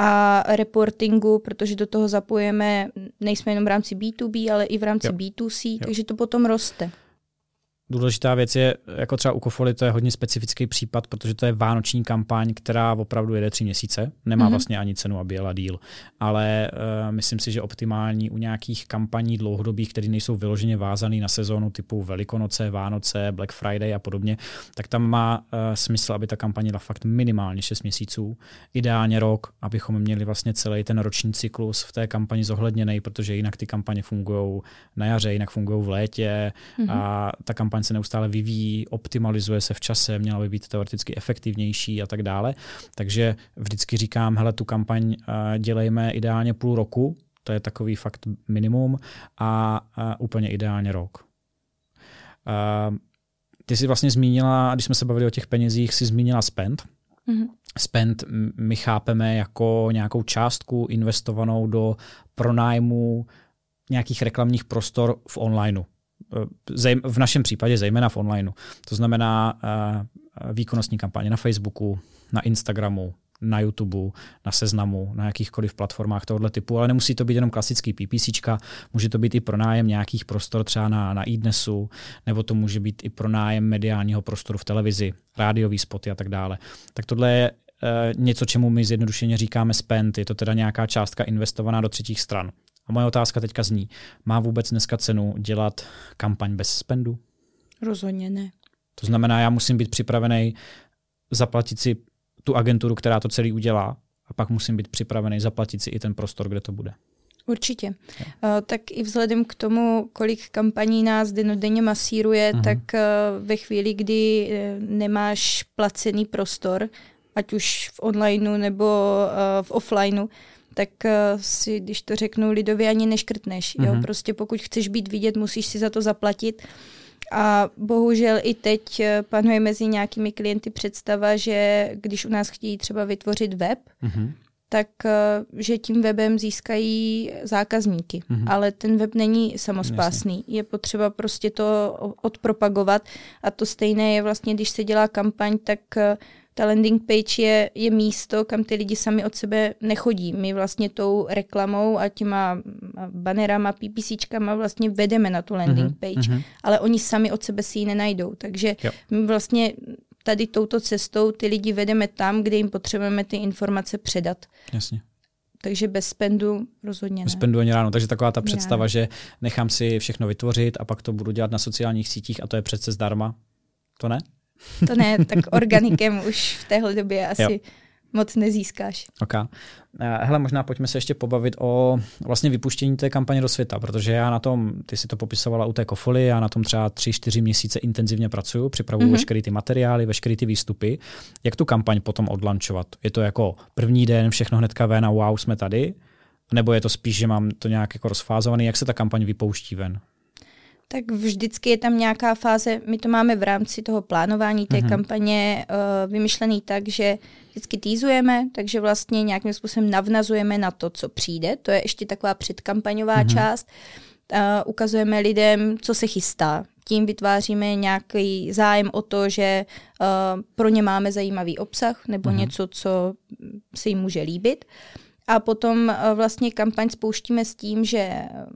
B: a reportingu, protože do toho zapojeme, nejsme jenom v rámci bé dvě bé, ale i v rámci jo. bé dvě cé, jo. takže to potom roste.
A: Důležitá věc je, jako třeba u Kofoly, to je hodně specifický případ, protože to je vánoční kampaň, která opravdu jede tři měsíce. Nemá mm-hmm. vlastně ani cenu, aby jela díl. Ale uh, myslím si, že optimální u nějakých kampaní dlouhodobých, které nejsou vyloženě vázané na sezónu typu Velikonoce, Vánoce, Black Friday a podobně, tak tam má uh, smysl, aby ta kampaň jela fakt minimálně šest měsíců. Ideálně rok, abychom měli vlastně celý ten roční cyklus v té kampani zohledněný, protože jinak ty kampaně fungují na jaře, jinak fungují v létě mm-hmm. a ta kampaň se neustále vyvíjí, optimalizuje se v čase, měla by být teoreticky efektivnější a tak dále. Takže vždycky říkám, hele, tu kampaň uh, dělejme ideálně půl roku, to je takový fakt minimum, a uh, úplně ideálně rok. Uh, ty jsi vlastně zmínila, když jsme se bavili o těch penězích, jsi zmínila spend. Mm-hmm. Spend my chápeme jako nějakou částku investovanou do pronájmu nějakých reklamních prostor v onlineu. V našem případě zejména v onlineu. To znamená uh, výkonnostní kampaně na Facebooku, na Instagramu, na YouTube, na Seznamu, na jakýchkoliv platformách tohoto typu, ale nemusí to být jenom klasický PPCčka, může to být i pronájem nějakých prostor třeba na, na iDnesu, nebo to může být i pronájem mediálního prostoru v televizi, rádiový spoty a tak dále. Tak tohle je uh, něco, čemu my zjednodušeně říkáme spend, je to teda nějaká částka investovaná do třetích stran. A moje otázka teďka zní, má vůbec dneska cenu dělat kampaň bez spendu?
B: Rozhodně ne.
A: To znamená, já musím být připravený zaplatit si tu agenturu, která to celý udělá, a pak musím být připravený zaplatit si i ten prostor, kde to bude.
B: Určitě. Uh, tak i vzhledem k tomu, kolik kampaní nás dennodenně masíruje, uh-huh. tak uh, ve chvíli, kdy uh, nemáš placený prostor, ať už v onlineu nebo uh, v offlineu, tak uh, si, když to řeknu lidově, ani neškrtneš. Mm-hmm. Jo? Prostě pokud chceš být vidět, musíš si za to zaplatit. A bohužel i teď panuje mezi nějakými klienty představa, že když u nás chtějí třeba vytvořit web, mm-hmm. tak že tím webem získají zákazníky. Mm-hmm. Ale ten web není samospásný. Jasně. Je potřeba prostě to odpropagovat. A to stejné je vlastně, když se dělá kampaň, tak ta landing page je, je místo, kam ty lidi sami od sebe nechodí. My vlastně tou reklamou a těma banerama, PPCčkama vlastně vedeme na tu landing page, mm-hmm. ale oni sami od sebe si ji nenajdou. Takže jo. my vlastně tady touto cestou ty lidi vedeme tam, kde jim potřebujeme ty informace předat.
A: Jasně.
B: Takže bez spendu rozhodně ne.
A: Bez spendu ani ráno. Takže taková ta představa, ráno. Že nechám si všechno vytvořit a pak to budu dělat na sociálních sítích a to je přece zdarma. To ne?
B: To ne, tak organikem už v téhle době asi jo. moc nezískáš.
A: Okay. Hele, možná pojďme se ještě pobavit o vlastně vypuštění té kampaně do světa, protože já na tom, ty si to popisovala u té Kofoly, já na tom třeba tři, čtyři měsíce intenzivně pracuju, připravuju mm-hmm. veškeré ty materiály, veškeré ty výstupy. Jak tu kampaň potom odlančovat? Je to jako první den, všechno hnedka ven a wow, jsme tady? Nebo je to spíš, že mám to nějak jako rozfázovaný? Jak se ta kampaň vypouští ven?
B: Tak vždycky je tam nějaká fáze, my to máme v rámci toho plánování té mm-hmm. kampaně uh, vymyšlený tak, že vždycky týzujeme, takže vlastně nějakým způsobem navnazujeme na to, co přijde. To je ještě taková předkampaňová mm-hmm. část. Uh, ukazujeme lidem, co se chystá. Tím vytváříme nějaký zájem o to, že uh, pro ně máme zajímavý obsah nebo mm-hmm. něco, co se jim může líbit. A potom uh, vlastně kampaň spouštíme s tím, že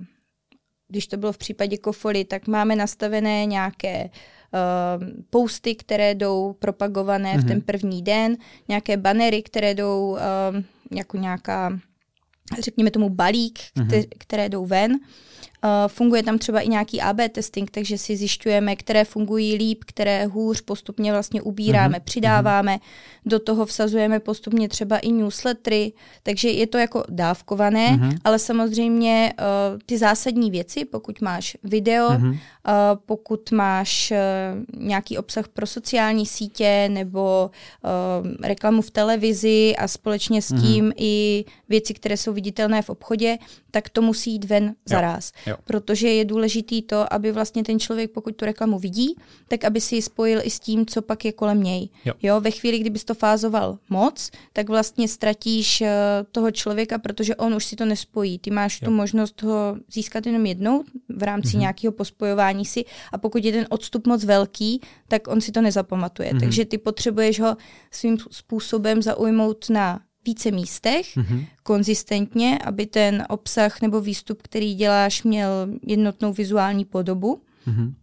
B: když to bylo v případě Kofoly, tak máme nastavené nějaké uh, posty, které jdou propagované mm-hmm. v ten první den, nějaké banery, které jdou uh, jako nějaká, řekněme tomu balík, mm-hmm. které, které jdou ven. Uh, funguje tam třeba i nějaký A B testing, takže si zjišťujeme, které fungují líp, které hůř, postupně vlastně ubíráme, mm-hmm. přidáváme, do toho vsazujeme postupně třeba i newslettery, takže je to jako dávkované, mm-hmm. ale samozřejmě uh, ty zásadní věci, pokud máš video, mm-hmm. uh, pokud máš uh, nějaký obsah pro sociální sítě nebo uh, reklamu v televizi a společně s tím mm-hmm. i věci, které jsou viditelné v obchodě, tak to musí jít ven zaráz. Jo. Protože je důležitý to, aby vlastně ten člověk, pokud tu reklamu vidí, tak aby si ji spojil i s tím, co pak je kolem něj. Jo. Jo, ve chvíli, kdybys to fázoval moc, tak vlastně ztratíš uh, toho člověka, protože on už si to nespojí. Ty máš jo. tu možnost ho získat jenom jednou v rámci mm-hmm. nějakého pospojování si a pokud je ten odstup moc velký, tak on si to nezapamatuje. Mm-hmm. Takže ty potřebuješ ho svým způsobem zaujmout na více místech, mm-hmm. konzistentně, aby ten obsah nebo výstup, který děláš, měl jednotnou vizuální podobu. Mm-hmm.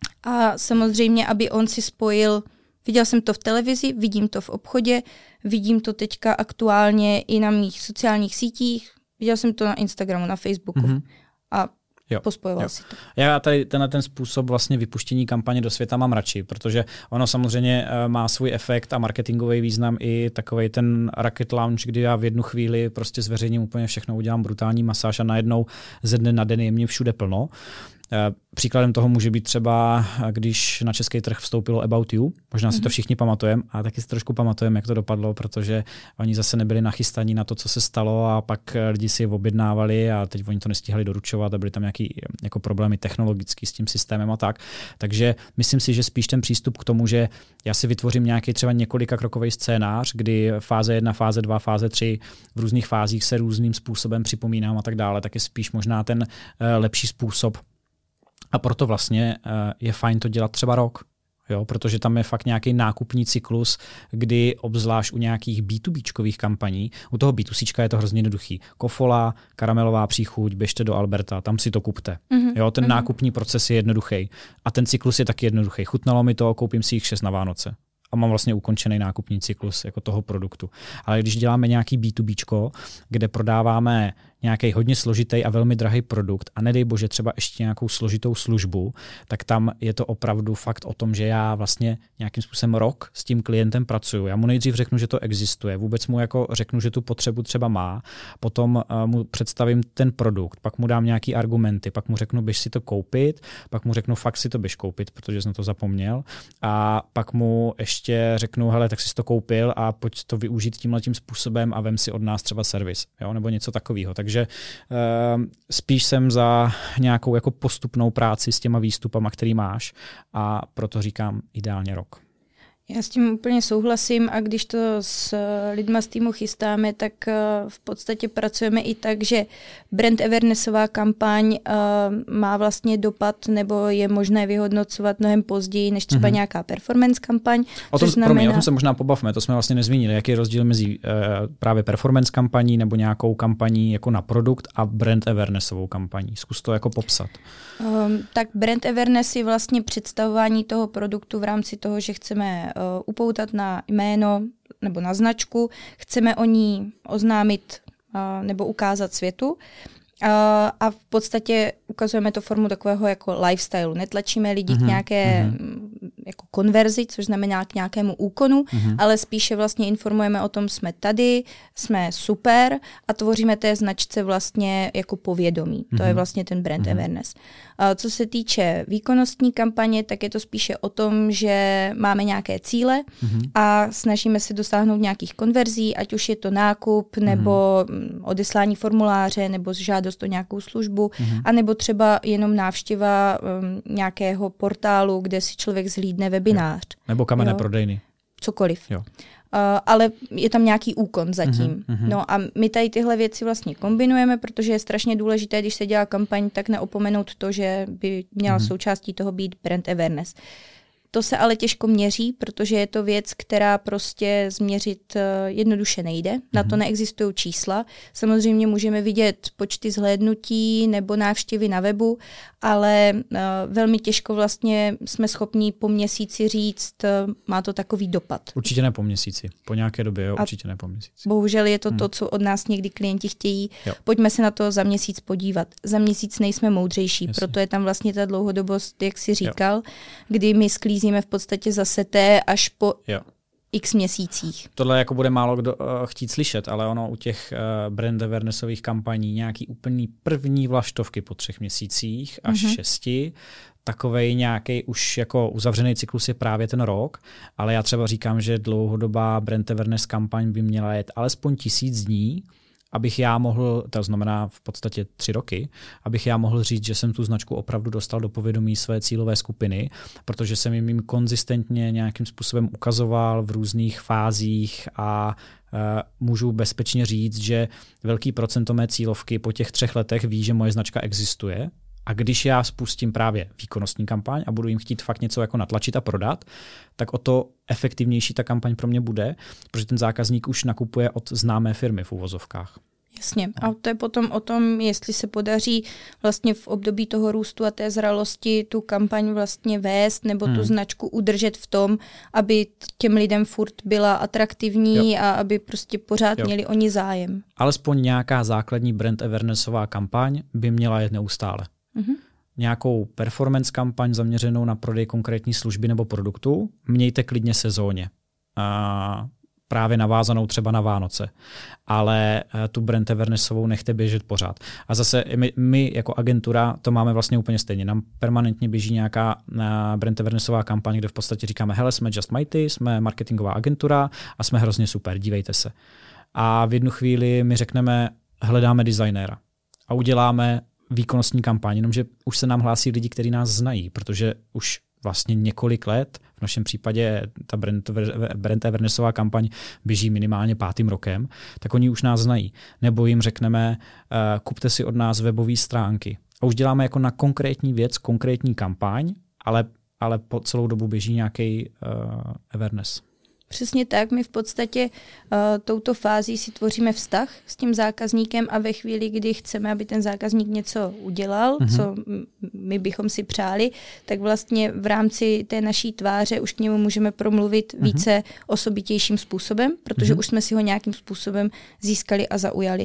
B: A samozřejmě, aby on si spojil, viděl jsem to v televizi, vidím to v obchodě, vidím to teďka aktuálně i na mých sociálních sítích, viděl jsem to na Instagramu, na Facebooku. Mm-hmm. A Jo, pospojoval jo. si to. Já
A: tady tenhle ten způsob vlastně vypuštění kampaně do světa mám radši, protože ono samozřejmě má svůj efekt a marketingový význam i takovej ten rocket launch, kdy já v jednu chvíli prostě zveřejním úplně všechno, udělám brutální masáž a najednou ze dne na den je mě všude plno. Příkladem toho může být třeba, když na český trh vstoupilo About You. Možná si to všichni pamatujeme, a taky si trošku pamatujeme, jak to dopadlo, protože oni zase nebyli nachystaní na to, co se stalo a pak lidi si objednávali a teď oni to nestihli doručovat a byly tam nějaké jako problémy technologické s tím systémem a tak. Takže myslím si, že spíš ten přístup k tomu, že já si vytvořím nějaký třeba několika krokový scénář, kdy fáze jedna, fáze dva, fáze tři, v různých fázích se různým způsobem připomínám a tak dále, tak je spíš možná ten lepší způsob. A proto vlastně je fajn to dělat třeba rok, jo? Protože tam je fakt nějaký nákupní cyklus, kdy obzvlášť u nějakých bé dvě béčkových kampaní, u toho bé dvě céčka je to hrozně jednoduchý. Kofola, karamelová příchuť, běžte do Alberta, tam si to kupte. Mm-hmm. Jo? Ten mm-hmm. nákupní proces je jednoduchý a ten cyklus je taky jednoduchý. Chutnalo mi to, koupím si jich šest na Vánoce. A mám vlastně ukončený nákupní cyklus jako toho produktu. Ale když děláme nějaký bé dvě béčko, kde prodáváme nějaký hodně složitý a velmi drahý produkt a nedej bože třeba ještě nějakou složitou službu, tak tam je to opravdu fakt o tom, že já vlastně nějakým způsobem rok s tím klientem pracuju. Já mu nejdřív řeknu, že to existuje, vůbec mu jako řeknu, že tu potřebu třeba má, potom uh, mu představím ten produkt, pak mu dám nějaký argumenty, pak mu řeknu, běž si to koupit, pak mu řeknu, fakt si to běž koupit, protože jsem to zapomněl a pak mu ještě řeknu, hele, tak jsi to koupil a pojď to využít tímhletím způsobem a vem si od nás třeba servis, jo, nebo něco takového. Takže uh, spíš jsem za nějakou jako postupnou práci s těma výstupama, který máš a proto říkám ideálně rok.
B: Já s tím úplně souhlasím a když to s lidma z týmu chystáme, tak v podstatě pracujeme i tak, že brand awarenessová kampaň má vlastně dopad nebo je možné vyhodnocovat mnohem později než třeba mm-hmm. nějaká performance kampaň.
A: O tom,
B: znamená...
A: promiň, o tom se možná pobavme, to jsme vlastně nezmínili. Jaký je rozdíl mezi uh, právě performance kampaní nebo nějakou kampaní jako na produkt a brand awarenessovou kampaní? Zkus to jako popsat.
B: Um, tak brand awareness je vlastně představování toho produktu v rámci toho, že chceme uh, upoutat na jméno nebo na značku, chceme o ní oznámit uh, nebo ukázat světu uh, a v podstatě ukazujeme to formu takového jako lifestyle. Netlačíme lidi mm-hmm. k nějaké mm-hmm. jako konverzi, což znamená k nějakému úkonu, mm-hmm. ale spíše vlastně informujeme o tom, jsme tady, jsme super a tvoříme té značce vlastně jako povědomí. Mm-hmm. To je vlastně ten brand mm-hmm. awareness. Co se týče výkonnostní kampaně, tak je to spíše o tom, že máme nějaké cíle mm-hmm. a snažíme se dosáhnout nějakých konverzí, ať už je to nákup, nebo mm-hmm. odeslání formuláře, nebo žádost o nějakou službu, mm-hmm. anebo třeba jenom návštěva um, nějakého portálu, kde si člověk zhlídne webinář.
A: Jo. Nebo kamenné prodejny.
B: Cokoliv.
A: Jo.
B: Uh, ale je tam nějaký úkon zatím. Mm-hmm. No a my tady tyhle věci vlastně kombinujeme, protože je strašně důležité, když se dělá kampaň, tak neopomenout to, že by měla mm-hmm. součástí toho být brand awareness. To se ale těžko měří, protože je to věc, která prostě změřit jednoduše nejde. Mm-hmm. Na to neexistují čísla. Samozřejmě můžeme vidět počty zhlédnutí nebo návštěvy na webu, ale uh, velmi těžko vlastně jsme schopni po měsíci říct, uh, má to takový dopad.
A: Určitě ne po měsíci. Po nějaké době, jo, určitě ne po měsíci.
B: Bohužel je to hmm. to, co od nás někdy klienti chtějí. Jo. Pojďme se na to za měsíc podívat. Za měsíc nejsme moudřejší, Jasně. proto je tam vlastně ta dlouhodobost, jak jsi říkal, jo. kdy my sklízíme v podstatě zase té až po jo. x měsících.
A: Tohle jako bude málo kdo uh, chtít slyšet, ale ono u těch uh, brand awarenessových kampaní nějaký úplný první vlaštovky po třech měsících až mm-hmm. šesti, takovej nějaký už jako uzavřený cyklus je právě ten rok, ale já třeba říkám, že dlouhodobá brand awareness kampaň by měla jet alespoň tisíc dní, abych já mohl, to znamená v podstatě tři roky, abych já mohl říct, že jsem tu značku opravdu dostal do povědomí své cílové skupiny, protože jsem jim konzistentně nějakým způsobem ukazoval v různých fázích a uh, můžu bezpečně říct, že velký procento mé cílovky po těch třech letech ví, že moje značka existuje. A když já spustím právě výkonnostní kampaň a budu jim chtít fakt něco jako natlačit a prodat, tak o to efektivnější ta kampaň pro mě bude, protože ten zákazník už nakupuje od známé firmy v uvozovkách.
B: Jasně. A to je potom o tom, jestli se podaří vlastně v období toho růstu a té zralosti tu kampaň vlastně vést nebo hmm. tu značku udržet v tom, aby těm lidem furt byla atraktivní jo. a aby prostě pořád jo. měli oni zájem.
A: Alespoň nějaká základní brand awarenessová kampaň by měla jet neustále. Mm-hmm. Nějakou performance kampaň zaměřenou na prodej konkrétní služby nebo produktu mějte klidně sezóně. A právě navázanou třeba na Vánoce. Ale tu brand awarenessovou nechte běžet pořád. A zase my, my jako agentura to máme vlastně úplně stejně. Nám permanentně běží nějaká brand awarenessová kampaň, kde v podstatě říkáme, hele, jsme Just Mighty, jsme marketingová agentura a jsme hrozně super, dívejte se. A v jednu chvíli my řekneme, hledáme designéra a uděláme výkonnostní kampaň, jenomže už se nám hlásí lidi, kteří nás znají, protože už vlastně několik let, v našem případě ta brand, brand awarenessová kampaň běží minimálně pátým rokem, tak oni už nás znají. Nebo jim řekneme, uh, kupte si od nás webové stránky. A už děláme jako na konkrétní věc, konkrétní kampaň, ale, ale po celou dobu běží nějaký uh, awareness.
B: Přesně tak, my v podstatě uh, touto fází si tvoříme vztah s tím zákazníkem a ve chvíli, kdy chceme, aby ten zákazník něco udělal, mm-hmm. co my bychom si přáli, tak vlastně v rámci té naší tváře už k němu můžeme promluvit mm-hmm. více osobitějším způsobem, protože mm-hmm. už jsme si ho nějakým způsobem získali a zaujali.
A: Jo.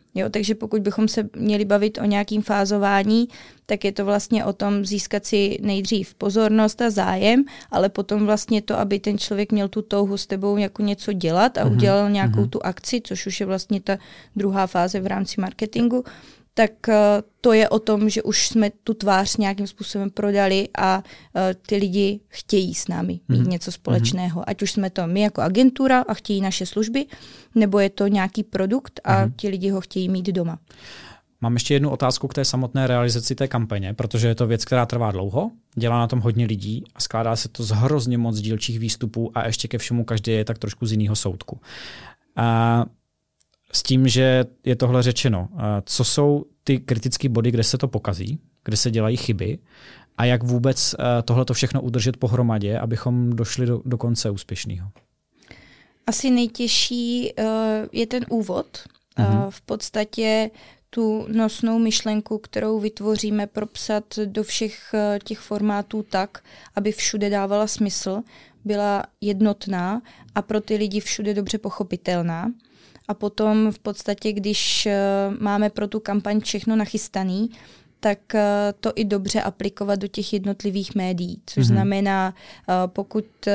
B: Jo, takže pokud bychom se měli bavit o nějakým fázování, tak je to vlastně o tom získat si nejdřív pozornost a zájem, ale potom vlastně to, aby ten člověk měl tu touhu s tebou jako něco dělat a mm-hmm. udělal nějakou mm-hmm. tu akci, což už je vlastně ta druhá fáze v rámci marketingu, tak uh, to je o tom, že už jsme tu tvář nějakým způsobem prodali a uh, ty lidi chtějí s námi mít mm-hmm. něco společného. Ať už jsme to my jako agentura a chtějí naše služby, nebo je to nějaký produkt a mm-hmm. ti lidi ho chtějí mít doma.
A: Mám ještě jednu otázku k té samotné realizaci té kampaně, protože je to věc, která trvá dlouho, dělá na tom hodně lidí a skládá se to z hrozně moc dílčích výstupů a ještě ke všemu každý je tak trošku z jiného soudku. A s tím, že je tohle řečeno, co jsou ty kritické body, kde se to pokazí, kde se dělají chyby a jak vůbec tohleto všechno udržet pohromadě, abychom došli do, do konce úspěšného?
B: Asi nejtěžší uh, je ten úvod. Uh-huh. Uh, v podstatě tu nosnou myšlenku, kterou vytvoříme, propsat do všech uh, těch formátů tak, aby všude dávala smysl, byla jednotná a pro ty lidi všude dobře pochopitelná. A potom v podstatě, když uh, máme pro tu kampaň všechno nachystaný, tak uh, to i dobře aplikovat do těch jednotlivých médií. Což mm-hmm. znamená, uh, pokud uh,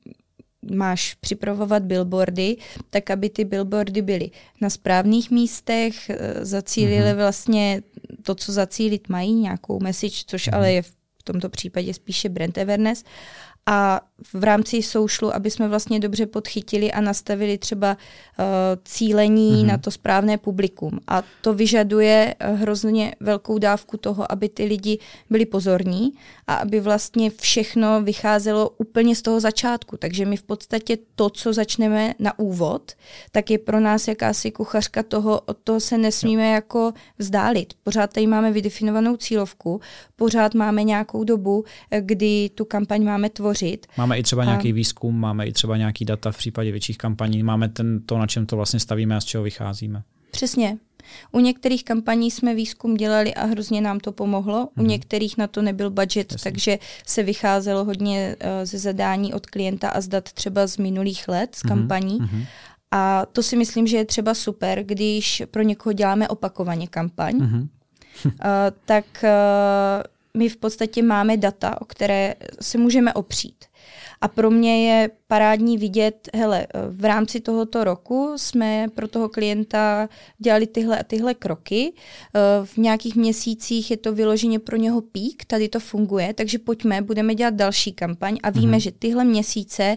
B: máš připravovat billboardy, tak aby ty billboardy byly na správných místech, uh, zacílily mm-hmm. vlastně to, co zacílit mají, nějakou message, což mm-hmm. ale je v tomto případě spíše brand awareness. A v rámci socialu, aby jsme vlastně dobře podchytili a nastavili třeba uh, cílení mm-hmm. na to správné publikum. A to vyžaduje hrozně velkou dávku toho, aby ty lidi byli pozorní a aby vlastně všechno vycházelo úplně z toho začátku. Takže my v podstatě to, co začneme na úvod, tak je pro nás jakási kuchařka toho, od toho se nesmíme no. jako vzdálit. Pořád tady máme vydefinovanou cílovku, pořád máme nějakou dobu, kdy tu kampaň máme tvořit.
A: Máme i třeba nějaký výzkum, máme i třeba nějaký data v případě větších kampaní, máme ten, to, na čem to vlastně stavíme a z čeho vycházíme. Přesně.
B: U některých kampaní jsme výzkum dělali a hrozně nám to pomohlo. Mm-hmm. U některých na to nebyl budget, Jasně. takže se vycházelo hodně uh, ze zadání od klienta a z dat třeba z minulých let, z kampaní. Mm-hmm. A to si myslím, že je třeba super, když pro někoho děláme opakovaně kampaň, mm-hmm. uh, tak uh, my v podstatě máme data, o které se můžeme opřít. A pro mě je parádní vidět, hele, v rámci tohoto roku jsme pro toho klienta dělali tyhle a tyhle kroky. V nějakých měsících je to vyloženě pro něho pík, tady to funguje, takže pojďme, budeme dělat další kampaň a víme, mm-hmm. že tyhle měsíce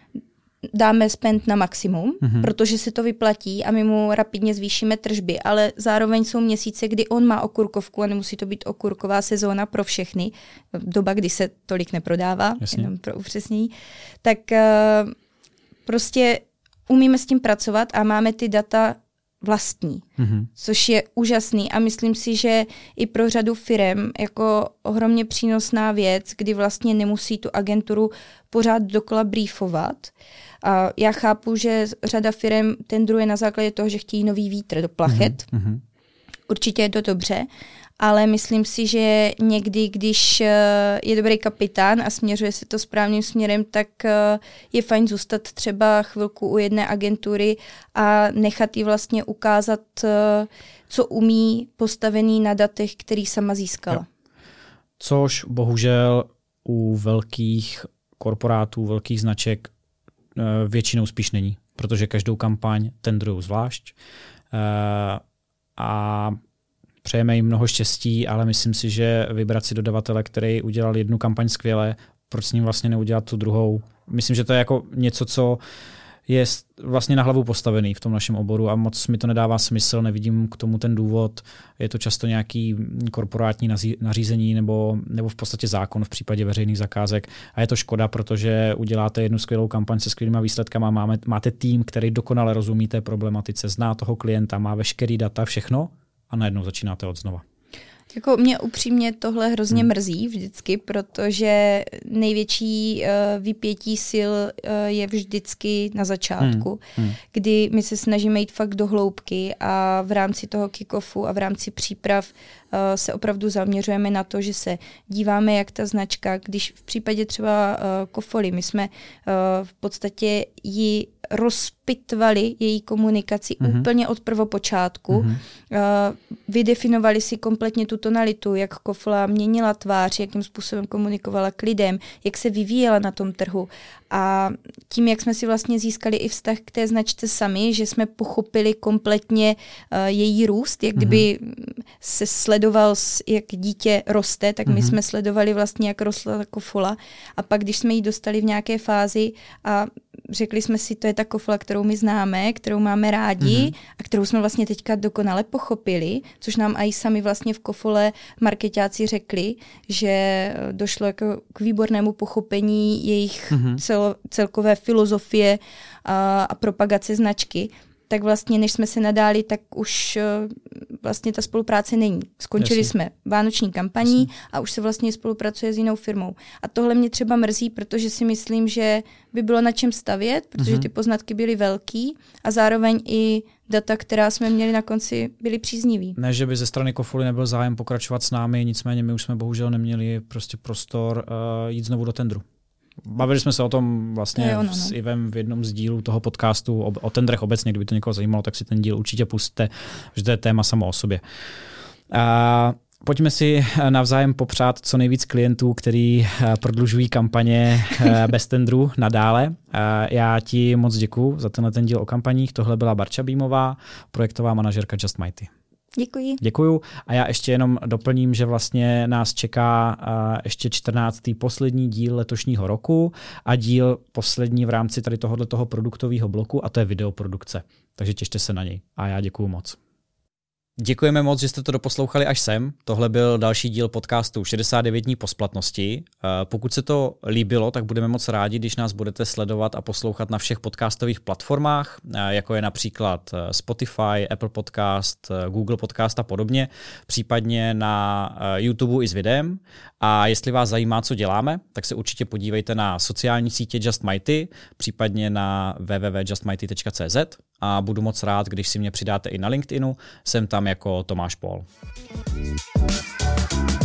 B: dáme spend na maximum, mm-hmm. protože se to vyplatí a my mu rapidně zvýšíme tržby, ale zároveň jsou měsíce, kdy on má okurkovku a nemusí to být okurková sezóna pro všechny, doba, kdy se tolik neprodává, Jasně. jenom pro upřesnění, tak uh, prostě umíme s tím pracovat a máme ty data vlastní, mm-hmm. což je úžasný a myslím si, že i pro řadu firem jako ohromně přínosná věc, kdy vlastně nemusí tu agenturu pořád dokola briefovat. A já chápu, že řada firem tendruje na základě toho, že chtějí nový vítr do plachet. Mm-hmm. Určitě je to dobře, ale myslím si, že někdy, když je dobrý kapitán a směřuje se to správným směrem, tak je fajn zůstat třeba chvilku u jedné agentury a nechat jí vlastně ukázat, co umí, postavený na datech, který sama získala. Jo.
A: Což bohužel u velkých korporátů, velkých značek většinou spíš není, protože každou kampaň tendrují zvlášť a přejeme jim mnoho štěstí, ale myslím si, že vybrat si dodavatele, který udělal jednu kampaň skvěle, proč s ním vlastně neudělat tu druhou. Myslím, že to je jako něco, co je vlastně na hlavu postavený v tom našem oboru a moc mi to nedává smysl, nevidím k tomu ten důvod. Je to často nějaký korporátní nařízení nebo, nebo v podstatě zákon v případě veřejných zakázek a je to škoda, protože uděláte jednu skvělou kampaň se skvělýma výsledkama, máme, máte tým, který dokonale rozumí té problematice, zná toho klienta, má veškerý data, všechno a najednou začínáte od znova.
B: Jako mě upřímně tohle hrozně hmm. mrzí vždycky, protože největší uh, vypětí sil uh, je vždycky na začátku, hmm. Hmm. kdy my se snažíme jít fakt do hloubky a v rámci toho kick-offu a v rámci příprav uh, se opravdu zaměřujeme na to, že se díváme, jak ta značka, když v případě třeba uh, Kofoly, my jsme uh, v podstatě ji rozpitvali její komunikaci mm-hmm. úplně od prvopočátku. Mm-hmm. Uh, vydefinovali si kompletně tu tonalitu, jak Kofola měnila tvář, jakým způsobem komunikovala k lidem, jak se vyvíjela na tom trhu. A tím, jak jsme si vlastně získali i vztah k té značce sami, že jsme pochopili kompletně uh, její růst, jak kdyby mm-hmm. se sledoval, jak dítě roste, tak my mm-hmm. jsme sledovali vlastně, jak rostla Kofola. A pak, když jsme ji dostali v nějaké fázi a řekli jsme si, to je ta Kofola, kterou my známe, kterou máme rádi mm-hmm. a kterou jsme vlastně teďka dokonale pochopili, což nám i sami vlastně v Kofole marketáci řekli, že došlo jako k výbornému pochopení jejich mm-hmm. cel, celkové filozofie a, a propagace značky. Tak vlastně, než jsme se nadáli, tak už vlastně ta spolupráce není. Skončili Jasně. jsme vánoční kampaní Jasně. a už se vlastně spolupracuje s jinou firmou. A tohle mě třeba mrzí, protože si myslím, že by bylo na čem stavět, protože ty poznatky byly velký a zároveň i data, která jsme měli na konci, byly příznivý.
A: Ne, že by ze strany Kofoly nebyl zájem pokračovat s námi, nicméně my už jsme bohužel neměli prostě prostor uh, jít znovu do tendru. Bavili jsme se o tom vlastně ono, no. s Ivem v jednom z dílů toho podcastu o, o tendrech obecně, kdyby to někoho zajímalo, tak si ten díl určitě pusťte, že to je téma samo o sobě. A pojďme si navzájem popřát co nejvíc klientů, který prodlužují kampaně bez tendru nadále. Já ti moc děkuju za tenhle ten díl o kampaních. Tohle byla Barča Bímová, projektová manažerka Just Mighty.
B: Děkuji.
A: Děkuju. A já ještě jenom doplním, že vlastně nás čeká uh, ještě čtrnáctý poslední díl letošního roku a díl poslední v rámci tady tohoto produktového bloku a to je videoprodukce. Takže těšte se na něj. A já děkuju moc. Děkujeme moc, že jste to doposlouchali až sem. Tohle byl další díl podcastu šedesát devět dní po splatnosti. Pokud se to líbilo, tak budeme moc rádi, když nás budete sledovat a poslouchat na všech podcastových platformách, jako je například Spotify, Apple Podcast, Google Podcast a podobně, případně na YouTube i s videem. A jestli vás zajímá, co děláme, tak se určitě podívejte na sociální sítě Just Mighty, případně na w w w tečka just mighty tečka c z a budu moc rád, když si mě přidáte i na LinkedInu, jsem tam jako Tomáš Pól.